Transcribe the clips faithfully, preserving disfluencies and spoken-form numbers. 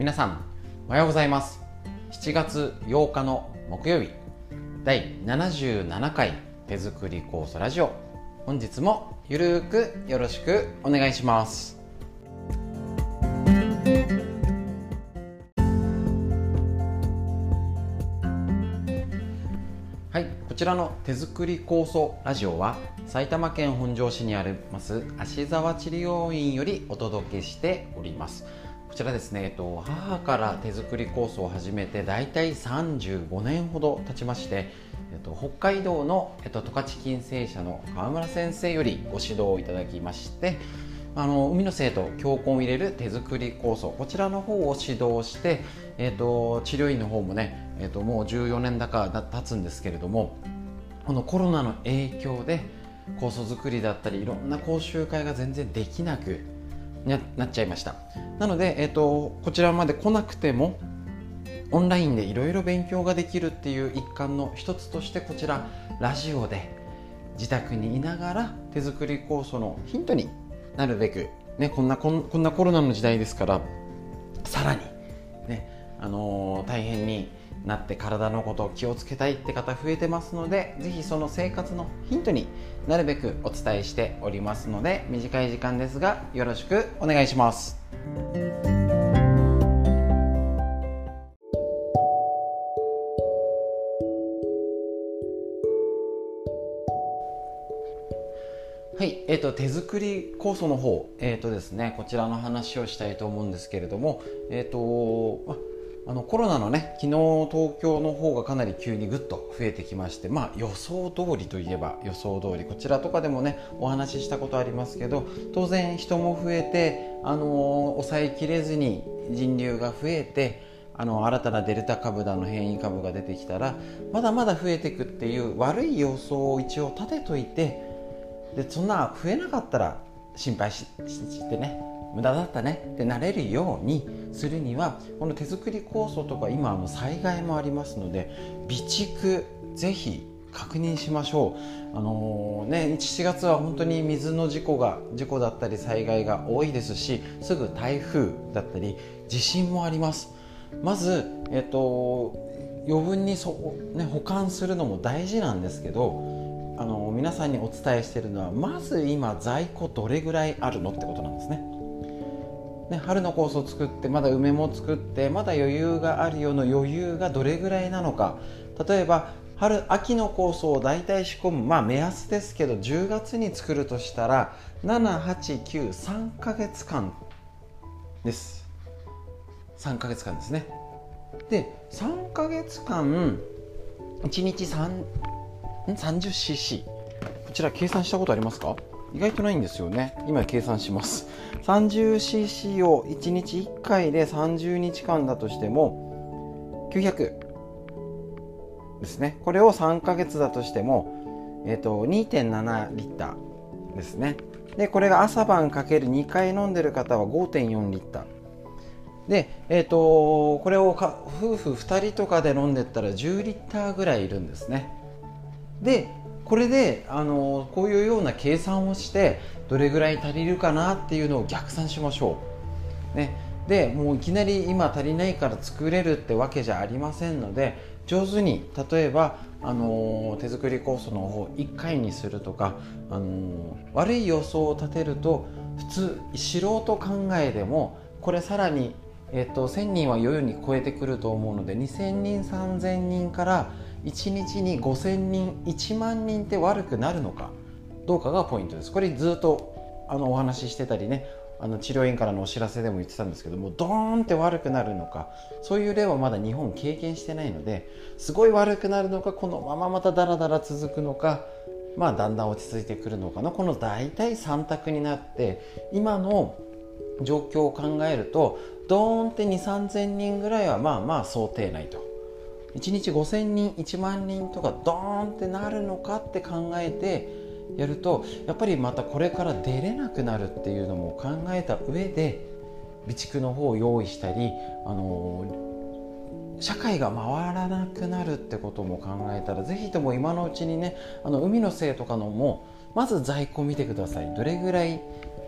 皆さんおはようございます。しちがつようかの木曜日、だいななじゅうななかい手作り酵素ラジオ、本日もゆるーくよろしくお願いします。はい、こちらの手作り酵素ラジオは埼玉県本庄市にあります芦沢治療院よりお届けしております。こちらですね、えっと、母から手作り酵素を始めてだいたいさんじゅうごねんほど経ちまして、えっと、北海道の、えっと、十勝金星社の川村先生よりご指導をいただきまして、あの海の精と強根を入れる手作り酵素、こちらの方を指導して、えっと、治療院の方もね、えっと、もうじゅうよねんだか経つんですけれども、このコロナの影響で酵素作りだったりいろんな講習会が全然できなくなっちゃいました。なので、えっと、こちらまで来なくてもオンラインでいろいろ勉強ができるっていう一環の一つとして、こちらラジオで自宅にいながら手作り酵素のヒントになるべく、ね、こんなこん、こんなコロナの時代ですから、さらに、ねあのー、大変になって体のことを気をつけたいって方増えてますので、ぜひその生活のヒントになるべくお伝えしておりますので、短い時間ですがよろしくお願いします。はい、えーと、手作り酵素の方、えーとですね、こちらの話をしたいと思うんですけれども、えーとあのコロナのね、昨日東京の方がかなり急にぐっと増えてきまして、まあ予想通りといえば予想通り、こちらとかでもねお話ししたことありますけど、当然人も増えて、あのー、抑えきれずに人流が増えて、あの新たなデルタ株だの変異株が出てきたらまだまだ増えていくっていう悪い予想を一応立てといて、でそんな増えなかったら心配 し, してね無駄だったねってなれるようにするには、この手作り酵素とか今の災害もありますので、備蓄ぜひ確認しましょう。あのー、ね、しちがつは本当に水の事故が事故だったり災害が多いですし、すぐ台風だったり地震もあります。まず、えっと、余分にそ、ね、保管するのも大事なんですけど、あの皆さんにお伝えしているのは、まず今在庫どれぐらいあるのってことなんですね。ね、春の酵素を作って、まだ梅も作って、まだ余裕があるような余裕がどれぐらいなのか。例えば春秋の酵素をだいたい仕込む、まあ目安ですけどじゅうがつに作るとしたらなな、はち、きゅう、さんかげつかんです。さんかげつかんですね。でさんかげつかんいちにち さんじゅっシーシー、 こちら計算したことありますか？意外とないんですよね。今計算します。 さんじゅっシーシー をいちにちいっかいでさんじゅうにちかんだとしてもきゅうひゃくですね。これをさんかげつだとしても、えーと、にてんななリッターですね。でこれが朝晩かけるにかい飲んでる方は ごてんよんリッターで、えーと、これをか夫婦ふたりとかで飲んでったらじゅうリッターぐらいいるんですね。でこれであのこういうような計算をしてどれぐらい足りるかなっていうのを逆算しましょう、ね、でもういきなり今足りないから作れるってわけじゃありませんので、上手に例えばあの手作り酵素の方いっかいにするとか、あの悪い予想を立てると普通素人考えでもこれさらに、えっと、せんにんは余裕に超えてくると思うので、にせんにんさんぜんにんからいちにちにごせんにんいちまんにんって悪くなるのかどうかがポイントです。これずっとあのお話ししてたりね、あの治療院からのお知らせでも言ってたんですけども、ドーンって悪くなるのか、そういう例はまだ日本経験してないので、すごい悪くなるのか、このまままたダラダラ続くのか、まあだんだん落ち着いてくるのかの、この大体さん択になって、今の状況を考えるとドーンってに、さんぜんにんぐらいはまあまあ想定内と、いちにちごせんにんいちまんにんとかドーンってなるのかって考えてやると、やっぱりまたこれから出れなくなるっていうのも考えた上で備蓄の方を用意したり、あの社会が回らなくなるってことも考えたら、ぜひとも今のうちにね、あの海の精とかのもまず在庫見てください。どれぐらい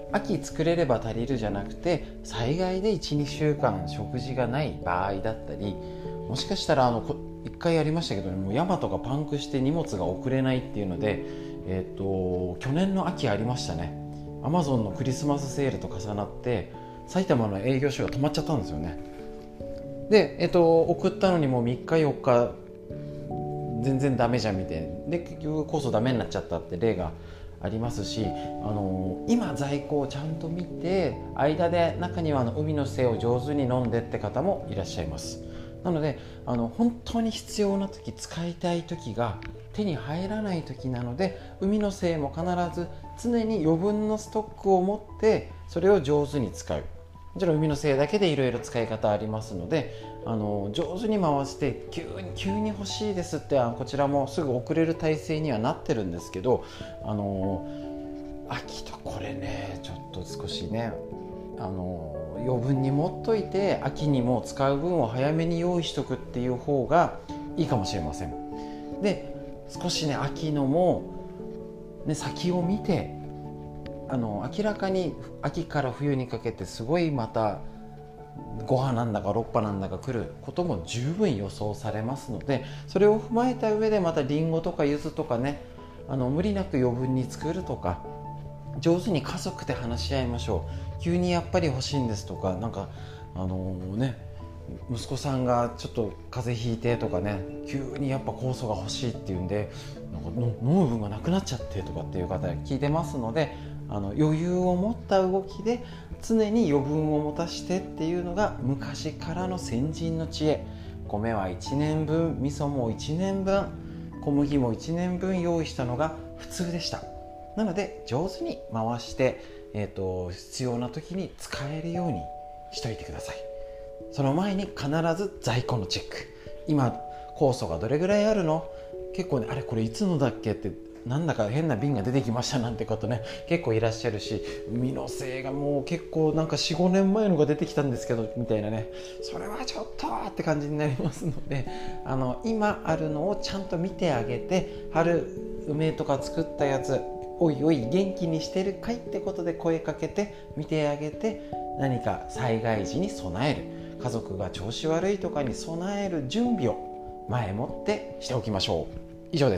秋作れれば足りるじゃなくて、災害で いちにしゅうかん食事がない場合だったり、もしかしたらあのいっかいやりましたけど、もうヤマトがパンクして荷物が送れないっていうので、えー、と去年の秋ありましたね。アマゾンのクリスマスセールと重なって埼玉の営業所が止まっちゃったんですよね。で、えー、と送ったのにもうみっかよっか全然ダメじゃんみたいなで、結局こそダメになっちゃったって例がありますし、あのー、今在庫をちゃんと見て、間で中にはあの海の精を上手に飲んでって方もいらっしゃいます。なのであの本当に必要な時、使いたい時が手に入らない時なので、海の精も必ず常に余分のストックを持ってそれを上手に使う。もちろん海の精だけでいろいろ使い方ありますので、あの上手に回して急に急に欲しいですってこちらもすぐ送れる体制にはなってるんですけど、あの秋とこれねちょっと少しね、あの余分に持っといて秋にも使う分を早めに用意しとくっていう方がいいかもしれません。で少しね秋のも、ね、先を見て、あの明らかに秋から冬にかけてすごいまたご波なんだかろっ波なんだか来ることも十分予想されますので、それを踏まえた上でまたリンゴとか柚子とかね、あの無理なく余分に作るとか、上手に家族で話し合いましょう。急にやっぱり欲しいんですとか、なんかあのー、ね息子さんがちょっと風邪ひいてとかね、急にやっぱ酵素が欲しいっていうんでなんか飲む分がなくなっちゃってとかっていう方聞いてますので、あの余裕を持った動きで常に余分を持たしてっていうのが昔からの先人の知恵。米はいちねんぶん、味噌もいちねんぶん、小麦もいちねんぶん用意したのが普通でした。なので上手に回して、えーと、必要な時に使えるようにしといてください。その前に必ず在庫のチェック。今酵素がどれぐらいあるの？結構ね、あれこれいつのだっけってなんだか変な瓶が出てきましたなんてことね結構いらっしゃるし、海の精がもう結構なんか よん,ご 年前のが出てきたんですけどみたいなね、それはちょっとって感じになりますので、あの今あるのをちゃんと見てあげて、春梅とか作ったやつおいおい元気にしてるかいってことで声かけて見てあげて、何か災害時に備える、家族が調子悪いとかに備える準備を前もってしておきましょう。以上です。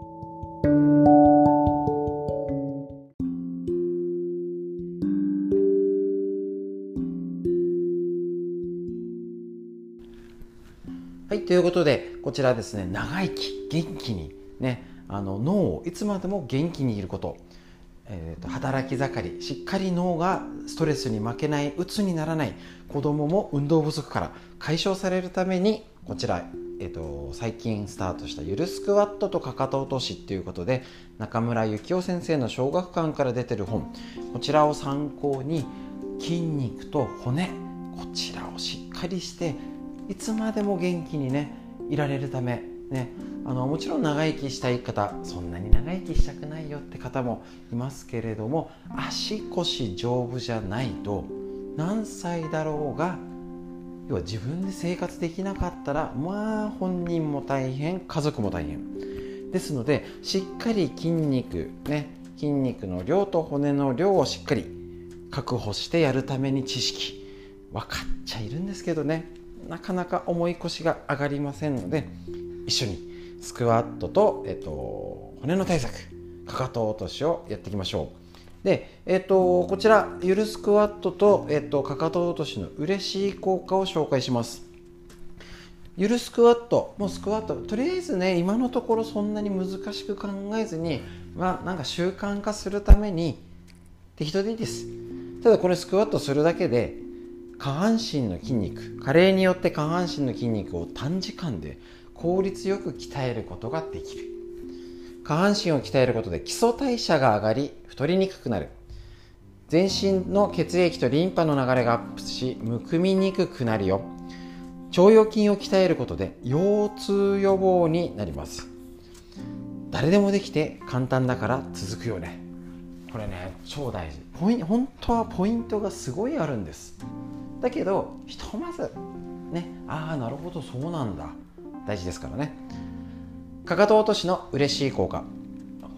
はい、ということでこちらですね、長生き元気にね、あの脳をいつまでも元気にいること、えーと、働き盛り、しっかり脳がストレスに負けない、鬱にならない、子供も運動不足から解消されるために、こちら、えーと、最近スタートしたゆるスクワットとかかと落としっていうことで、中村幸雄先生の小学館から出てる本、こちらを参考に筋肉と骨、こちらをしっかりしていつまでも元気にねいられるためね、あのもちろん長生きしたい方、そんなに長生きしたくないよって方もいますけれども、足腰丈夫じゃないと何歳だろうが、要は自分で生活できなかったら、まあ本人も大変、家族も大変ですので、しっかり筋肉ね、筋肉の量と骨の量をしっかり確保してやるために知識分かっちゃいるんですけどね、なかなか重い腰が上がりませんので、一緒にスクワットと、えっと、骨の対策、かかと落としをやっていきましょう。で、えっと、こちらゆるスクワットと、えっと、かかと落としの嬉しい効果を紹介します。ゆるスクワット、もうスクワットとりあえずね、今のところそんなに難しく考えずに、まあ、なんか習慣化するために適当でいいです。ただこれスクワットするだけで下半身の筋肉、加齢によって下半身の筋肉を短時間で効率よく鍛えることができる。下半身を鍛えることで基礎代謝が上がり太りにくくなる。全身の血液とリンパの流れがアップしむくみにくくなるよ。腸腰筋を鍛えることで腰痛予防になります。誰でもできて簡単だから続くよね。これね超大事。ポイン本当はポイントがすごいあるんです。だけどひとまずね、ああなるほどそうなんだ、大事ですからね。かかと落としの嬉しい効果、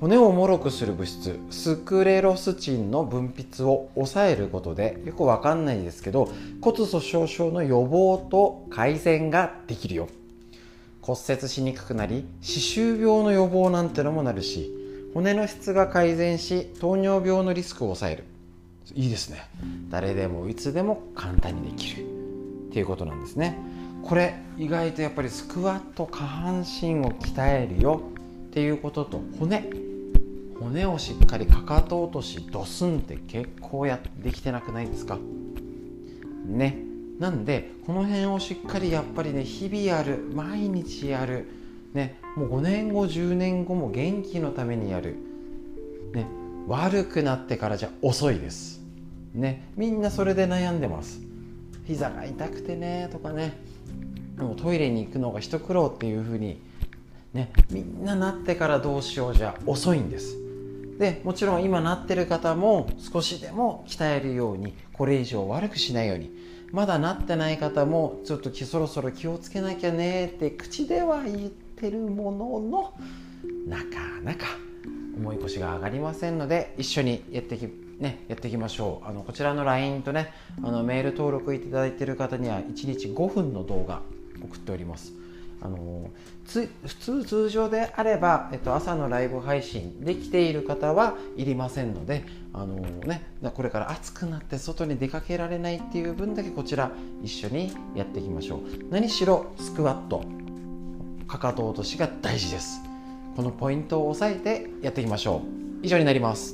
骨を脆くする物質スクレロスチンの分泌を抑えることで、よくわかんないですけど骨粗しょう症の予防と改善ができるよ。骨折しにくくなり歯周病の予防なんてのもなるし、骨の質が改善し糖尿病のリスクを抑える。いいですね。誰でもいつでも簡単にできるっていうことなんですね。これ意外とやっぱりスクワット下半身を鍛えるよっていうことと、骨骨をしっかりかかと落としドスンって結構やできてなくないですかね。なんでこの辺をしっかりやっぱりね、日々やる、毎日やるね、もうごねんごじゅうねんごも元気のためにやるね。悪くなってからじゃ遅いですね。みんなそれで悩んでます。膝が痛くてねとかね、もうトイレに行くのが一苦労っていう風にね、みんななってからどうしようじゃ遅いんです。でもちろん今なってる方も少しでも鍛えるように、これ以上悪くしないように、まだなってない方もちょっとそろそろ気をつけなきゃねって口では言ってるものの、なかなか重い腰が上がりませんので、一緒にやってき、ね、やっていきましょう。あのこちらの ライン とね、あのメール登録いただいている方にはいちにちごふんの動画送っております。あのつ普通通常であれば、えっと、朝のライブ配信できている方はいりませんので、あの、ね、これから暑くなって外に出かけられないっていう分だけこちら一緒にやっていきましょう。何しろスクワット、かかと落としが大事です。このポイントを押さえてやっていきましょう。以上になります。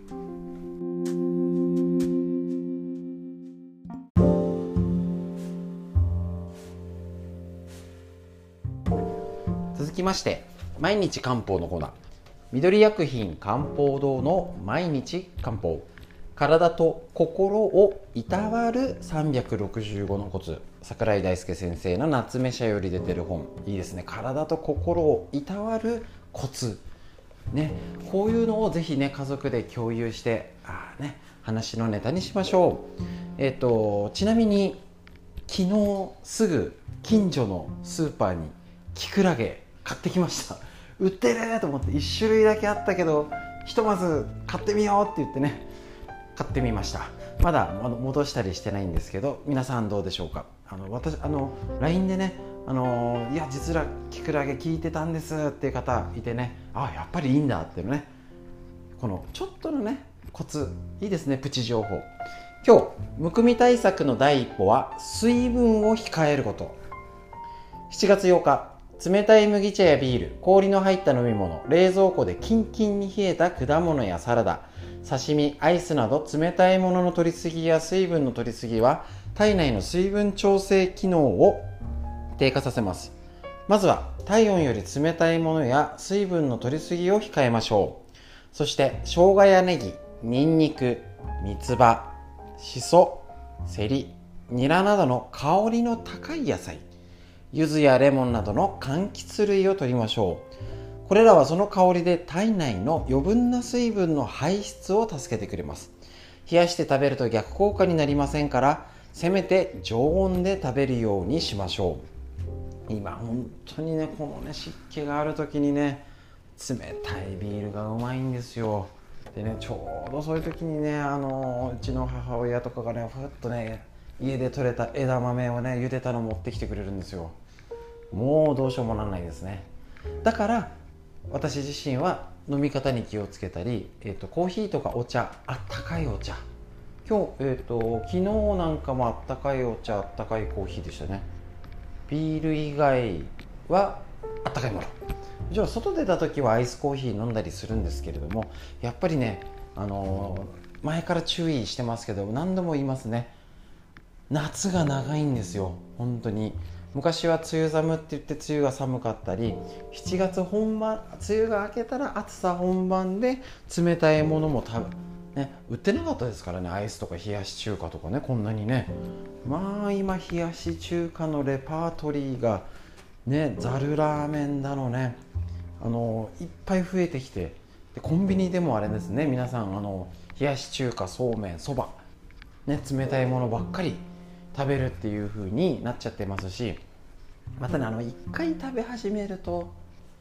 続きまして、毎日漢方のコーナー、緑薬品漢方堂の毎日漢方、体と心をいたわるさんびゃくろくじゅうごのコツ、櫻井大輔先生の夏目社より出てる本。いいですね。体と心をいたわるコツね、こういうのをぜひね、家族で共有してあ、ね、話のネタにしましょう。えっとちなみに昨日すぐ近所のスーパーにキクラゲ買ってきました。売ってると思って、いっ種類だけあったけどひとまず買ってみようって言ってね、買ってみました。まだ戻したりしてないんですけど、皆さんどうでしょうか。あの私あの ライン でね、あのいや実はキクラゲ聞いてたんですっていう方いてね、あやっぱりいいんだっていうのね、このちょっとのねコツいいですね。プチ情報。今日むくみ対策の第一歩は水分を控えること。しちがつようか、冷たい麦茶やビール、氷の入った飲み物、冷蔵庫でキンキンに冷えた果物やサラダ、刺身、アイスなど冷たいものの摂りすぎや水分の摂りすぎは体内の水分調整機能を低下させます。まずは体温より冷たいものや水分の摂りすぎを控えましょう。そして生姜やネギ、ニンニク、三つ葉、しそ、セリ、ニラなどの香りの高い野菜、柚子やレモンなどの柑橘類を摂りましょう。これらはその香りで体内の余分な水分の排出を助けてくれます。冷やして食べると逆効果になりませんから、せめて常温で食べるようにしましょう。今本当にね、このね湿気がある時にね、冷たいビールがうまいんですよ。でね、ちょうどそういう時にね、あのうちの母親とかがね、ふっとね家で採れた枝豆をね茹でたの持ってきてくれるんですよ。もうどうしようもならないですね。だから私自身は飲み方に気をつけたり、えーと、コーヒーとかお茶、あったかいお茶、今日、えーと、昨日なんかもあったかいお茶、あったかいコーヒーでしたね。ビール以外はあったかいもの。じゃあ外出た時はアイスコーヒー飲んだりするんですけれども、やっぱりね、あのー、前から注意してますけど何度も言いますね、夏が長いんですよ。本当に昔は梅雨寒って言って梅雨が寒かったり、しちがつ本番、梅雨が明けたら暑さ本番で冷たいものも食べ、ね、売ってなかったですからね。アイスとか冷やし中華とかね、こんなにね。まあ今冷やし中華のレパートリーがね、ざるラーメンだのね、あのいっぱい増えてきて、でコンビニでもあれですね、皆さんあの冷やし中華、そうめん、そば、ね、冷たいものばっかり食べるっていう風になっちゃってますし、またね、あの一回食べ始めると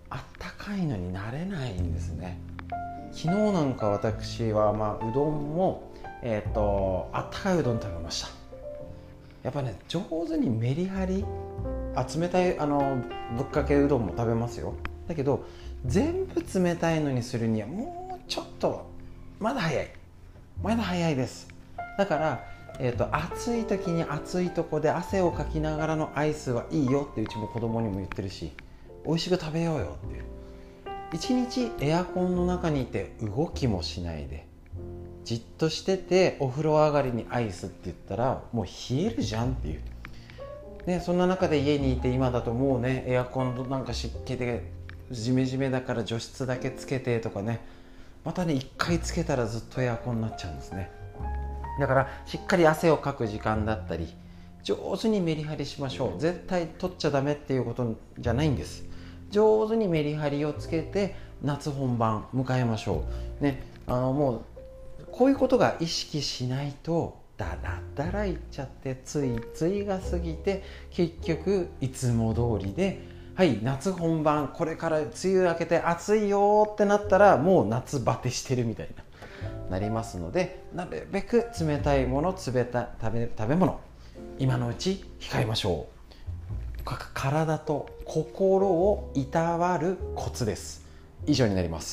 あったかいのになれないんですね。昨日なんか私は、まあ、うどんも、えー、とあったかいうどん食べました。やっぱね、上手にメリハリ、あ冷たいあのぶっかけうどんも食べますよ。だけど全部冷たいのにするにはもうちょっとまだ早いまだ早いです。だから、えー、と暑い時に暑いとこで汗をかきながらのアイスはいいよってうちも子供にも言ってるし、美味しく食べようよっていう。一日エアコンの中にいて動きもしないでじっとしててお風呂上がりにアイスって言ったらもう冷えるじゃんっていう、ね、そんな中で家にいて今だともうねエアコンなんか湿気でジメジメだから除湿だけつけてとかね、またねいっかいつけたらずっとエアコンになっちゃうんですね。だからしっかり汗をかく時間だったり上手にメリハリしましょう。絶対取っちゃダメっていうことじゃないんです。上手にメリハリをつけて夏本番迎えましょう、ね、あのもうこういうことが意識しないとダラダラいっちゃってついついが過ぎて結局いつも通りで、はい夏本番これから梅雨明けて暑いよってなったらもう夏バテしてるみたいななりますので、なるべく冷たいもの冷た食べ食べ物今のうち控えましょう。体と心をいたわるコツです。以上になります。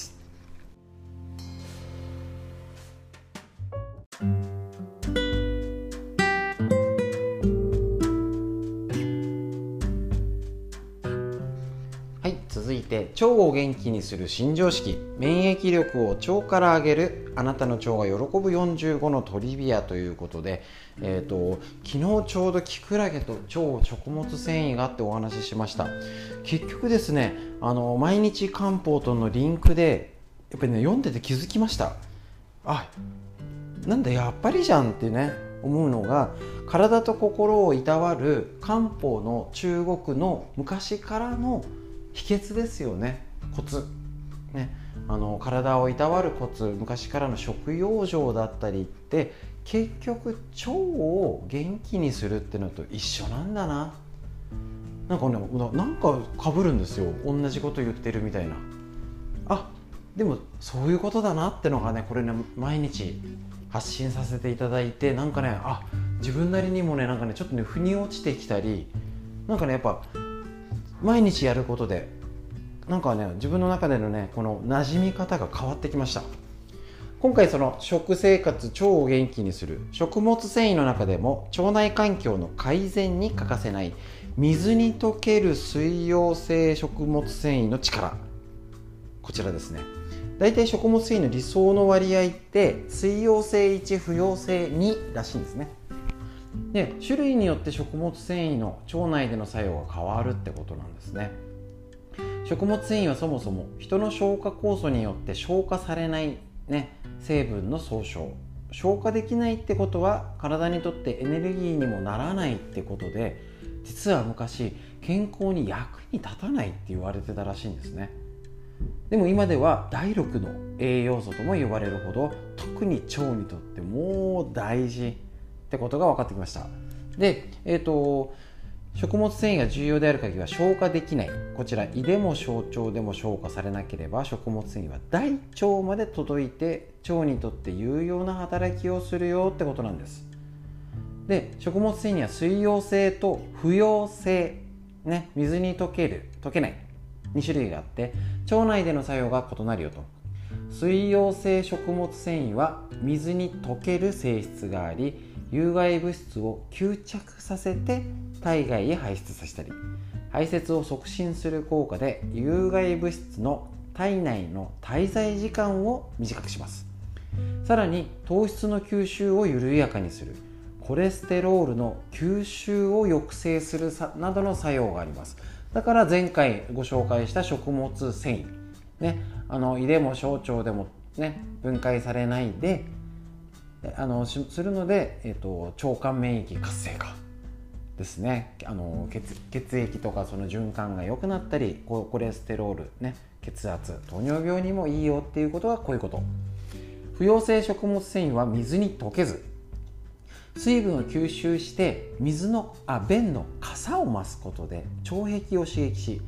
はい、続いて腸を元気にする新常識、免疫力を腸から上げるあなたの腸が喜ぶよんじゅうごのトリビアということで、えーと、昨日ちょうどキクラゲと腸食物繊維があってお話ししました。結局ですね、あの毎日漢方とのリンクでやっぱりね読んでて気づきました。あ、なんだやっぱりじゃんってね思うのが、体と心をいたわる漢方の中国の昔からの秘訣ですよね。コツね、あの体をいたわるコツ、昔からの食養生だったりって結局腸を元気にするってのと一緒なんだな。なんかね、なんか被るんですよ、同じこと言ってるみたいな。あ、でもそういうことだなってのがね、これね毎日発信させていただいて、なんかね、あ、自分なりにもね、なんかねちょっとね腑に落ちてきたり、なんかねやっぱ毎日やることでなんかね自分の中でのねこの馴染み方が変わってきました。今回その食生活、腸を元気にする食物繊維の中でも腸内環境の改善に欠かせない水に溶ける水溶性食物繊維の力、こちらですね。だいたい食物繊維の理想の割合って水溶性いち、不溶性にらしいんですね。で、種類によって食物繊維の腸内での作用が変わるってことなんですね。食物繊維はそもそも人の消化酵素によって消化されない、ね、成分の総称。消化できないってことは体にとってエネルギーにもならないってことで、実は昔健康に役に立たないって言われてたらしいんですね。でも今では第六の栄養素とも呼ばれるほど、特に腸にとってもう大事ってことが分かってきました。で、えーと食物繊維が重要である限りは消化できない、こちら胃でも小腸でも消化されなければ食物繊維は大腸まで届いて腸にとって有用な働きをするよってことなんです。で、食物繊維には水溶性と不溶性、ね、水に溶ける溶けないに種類があって腸内での作用が異なるよと。水溶性食物繊維は水に溶ける性質があり、有害物質を吸着させて体外へ排出させたり、排泄を促進する効果で有害物質の体内の滞在時間を短くします。さらに糖質の吸収を緩やかにする、コレステロールの吸収を抑制するなどの作用があります。だから前回ご紹介した食物繊維、ね、あの胃でも小腸でも、ね、分解されないであのするので、えーと、腸管免疫活性化ですね。あの 血, 血液とかその循環が良くなったり、コレステロール、ね、血圧、糖尿病にもいいよっていうことはこういうこと。不溶性食物繊維は水に溶けず水分を吸収して水のあ便のかさを増すことで腸壁を刺激し、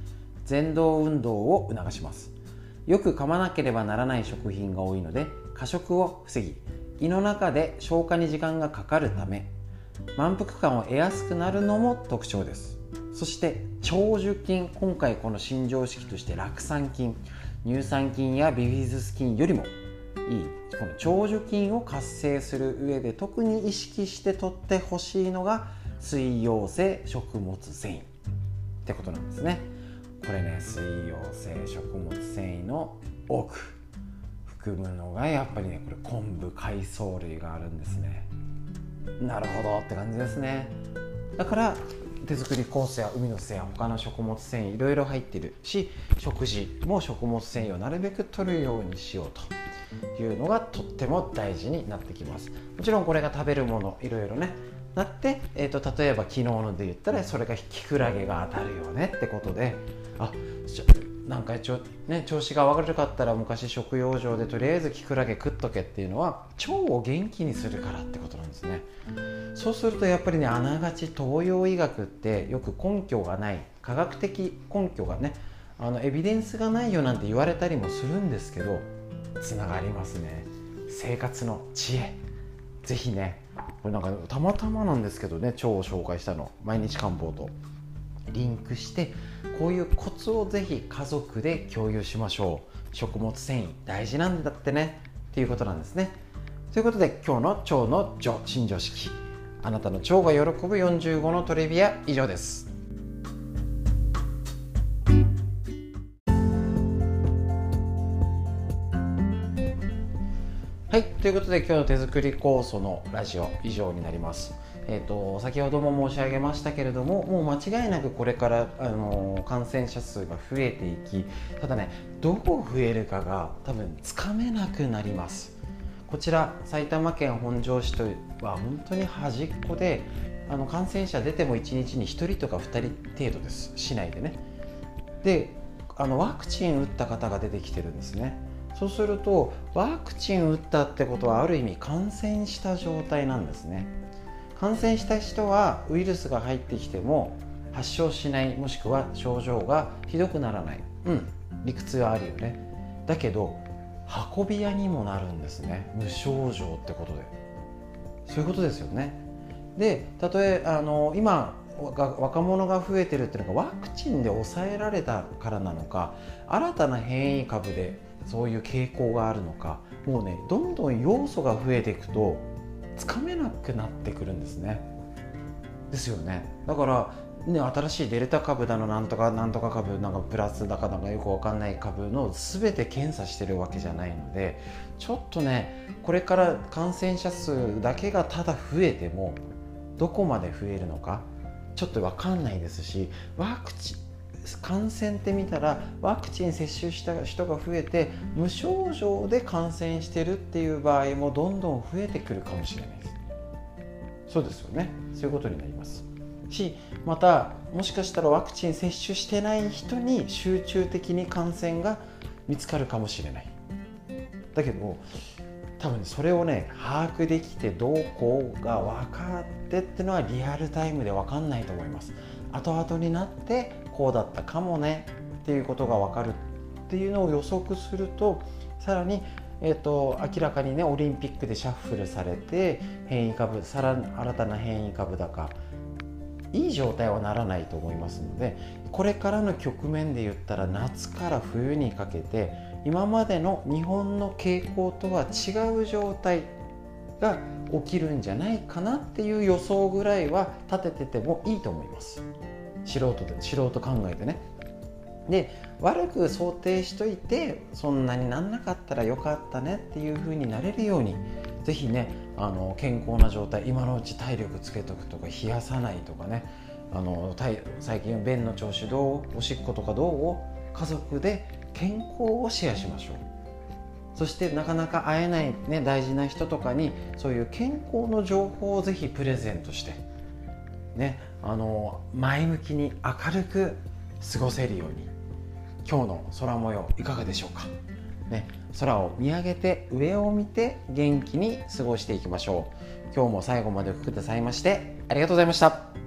蠕動運動を促します。よく噛まなければならない食品が多いので、過食を防ぎ、胃の中で消化に時間がかかるため、満腹感を得やすくなるのも特徴です。そして長寿菌、今回この新常識として酪酸菌、乳酸菌やビフィズス菌よりもいいこの長寿菌を活性する上で特に意識して取ってほしいのが水溶性食物繊維ってことなんですね。これね、水溶性食物繊維の多く含むのがやっぱりね、これ昆布、海藻類があるんですね。なるほどって感じですね。だから手作り酵素や海の精や他の食物繊維いろいろ入ってるし、食事も食物繊維をなるべく摂るようにしようというのがとっても大事になってきます。もちろんこれが食べるものいろいろねなって、えー、と例えば昨日ので言ったらそれがキクラゲが当たるよねってことで、あなんかちょ、ね、調子が悪かったら昔食用上でとりあえずキクラゲ食っとけっていうのは腸を元気にするからってことなんですね。そうするとやっぱりね、あながち東洋医学ってよく根拠がない、科学的根拠がね、あのエビデンスがないよなんて言われたりもするんですけど、つながりますね。生活の知恵、ぜひね、これなんかたまたまなんですけどね、腸を紹介したの毎日漢方とリンクして、こういうコツをぜひ家族で共有しましょう。食物繊維大事なんだってねっていうことなんですね。ということで今日の腸の序新常識、あなたの腸が喜ぶよんじゅうごのトリビア以上です。はい、ということで今日の手作り酵素のラジオ以上になります。えーと、先ほども申し上げましたけれども、もう間違いなくこれから、あのー、感染者数が増えていき、ただね、どう増えるかが多分つかめなくなります。こちら埼玉県本庄市とは本当に端っこで、あの感染者出てもいちにちにひとりとかふたり程度です、市内でね。で、あのワクチン打った方が出てきてるんですね。そうするとワクチン打ったってことはある意味感染した状態なんですね。感染した人はウイルスが入ってきても発症しない、もしくは症状がひどくならない、うん、理屈はあるよね。だけど運び屋にもなるんですね、無症状ってことで。そういうことですよね。で、たとえあの今若者が増えてるっていうのがワクチンで抑えられたからなのか、新たな変異株でそういう傾向があるのか、もうね、どんどん要素が増えていくとつかめなくなってくるんですね。ですよね。だからね、新しいデルタ株だのなんとかなんとか株、なんかプラスだかなんかよくわかんない株の全て検査してるわけじゃないので、ちょっとね、これから感染者数だけがただ増えてもどこまで増えるのかちょっとわかんないですし、ワクチン感染って見たらワクチン接種した人が増えて無症状で感染してるっていう場合もどんどん増えてくるかもしれないです。そうですよね。そういうことになりますし、またもしかしたらワクチン接種してない人に集中的に感染が見つかるかもしれない。だけど多分それをね把握できてどうこうが分かってってのはリアルタイムで分かんないと思います。後々になってこうだったかもねっていうことが分かるっていうのを予測すると、さらにえー、と明らかにねオリンピックでシャッフルされて変異株、さらに新たな変異株だかいい状態はならないと思いますので、これからの局面で言ったら夏から冬にかけて今までの日本の傾向とは違う状態が起きるんじゃないかなっていう予想ぐらいは立てててもいいと思います。素人で素人考えてね。で、悪く想定しといてそんなになんなかったらよかったねっていう風になれるように、ぜひね、あの健康な状態、今のうち体力つけとくとか冷やさないとかね、あの最近便の調子どう、おしっことかどうを家族で健康をシェアしましょう。そしてなかなか会えない、ね、大事な人とかにそういう健康の情報をぜひプレゼントして、ね、あの前向きに明るく過ごせるように、今日の空模様いかがでしょうか、ね、空を見上げて上を見て元気に過ごしていきましょう。今日も最後までお聞きくださいましてありがとうございました。